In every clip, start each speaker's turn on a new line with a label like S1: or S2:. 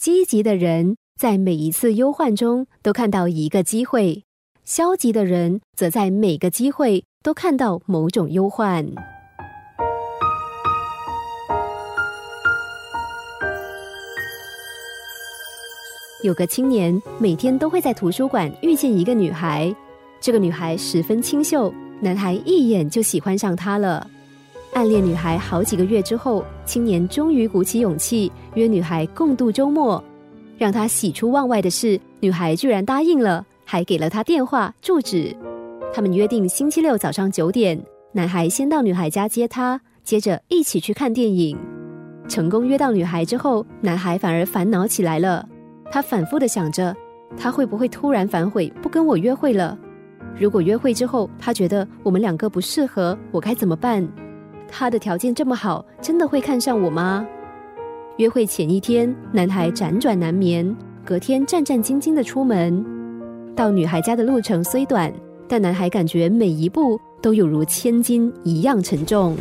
S1: 积极的人在每一次忧患中都看到一个机会，消极的人则在每个机会都看到某种忧患。有个青年每天都会在图书馆遇见一个女孩，这个女孩十分清秀，男孩一眼就喜欢上她了。暗恋女孩好几个月之后，青年终于鼓起勇气约女孩共度周末。让他喜出望外的是，女孩居然答应了，还给了他电话住址。他们约定星期六早上9点，男孩先到女孩家接她，接着一起去看电影。成功约到女孩之后，男孩反而烦恼起来了。他反复地想着，他会不会突然反悔不跟我约会了？如果约会之后他觉得我们两个不适合，我该怎么办？他的条件这么好，真的会看上我吗？约会前一天，男孩辗转难眠，隔天战战兢兢地出门。到女孩家的路程虽短，但男孩感觉每一步都有如千斤一样沉重。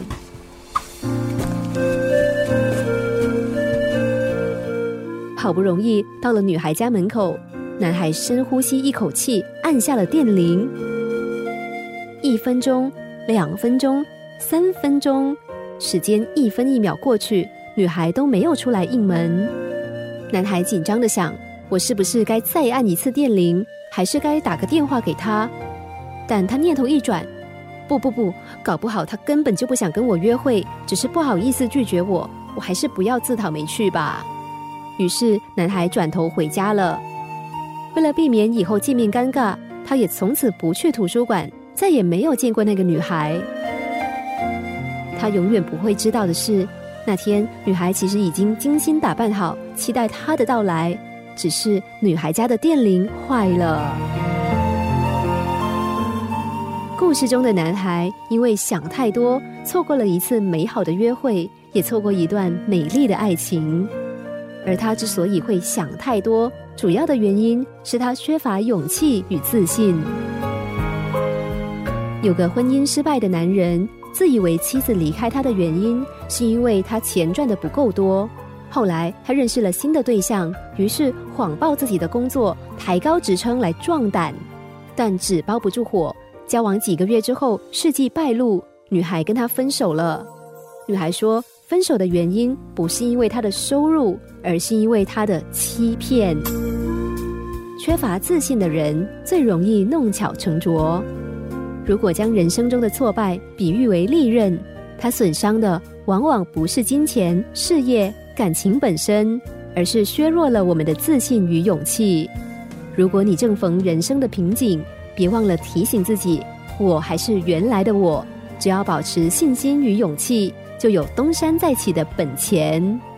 S1: 好不容易到了女孩家门口，男孩深呼吸一口气，按下了电铃。1分钟、2分钟、3分钟，时间1分1秒过去，女孩都没有出来应门。男孩紧张地想，我是不是该再按一次电铃，还是该打个电话给她？但他念头一转，不，搞不好他根本就不想跟我约会，只是不好意思拒绝我，我还是不要自讨没趣吧。于是男孩转头回家了。为了避免以后见面尴尬，他也从此不去图书馆，再也没有见过那个女孩。他永远不会知道的是，那天女孩其实已经精心打扮好，期待他的到来，只是女孩家的电铃坏了。故事中的男孩因为想太多，错过了一次美好的约会，也错过一段美丽的爱情。而他之所以会想太多，主要的原因是他缺乏勇气与自信。有个婚姻失败的男人，自以为妻子离开他的原因是因为他钱赚得不够多。后来他认识了新的对象，于是谎报自己的工作，抬高职称来壮胆。但纸包不住火，交往几个月之后，事迹败露，女孩跟他分手了。女孩说，分手的原因不是因为他的收入，而是因为他的欺骗。缺乏自信的人最容易弄巧成拙。如果将人生中的挫败比喻为利刃，它损伤的往往不是金钱、事业、感情本身，而是削弱了我们的自信与勇气。如果你正逢人生的瓶颈，别忘了提醒自己，我还是原来的我，只要保持信心与勇气，就有东山再起的本钱。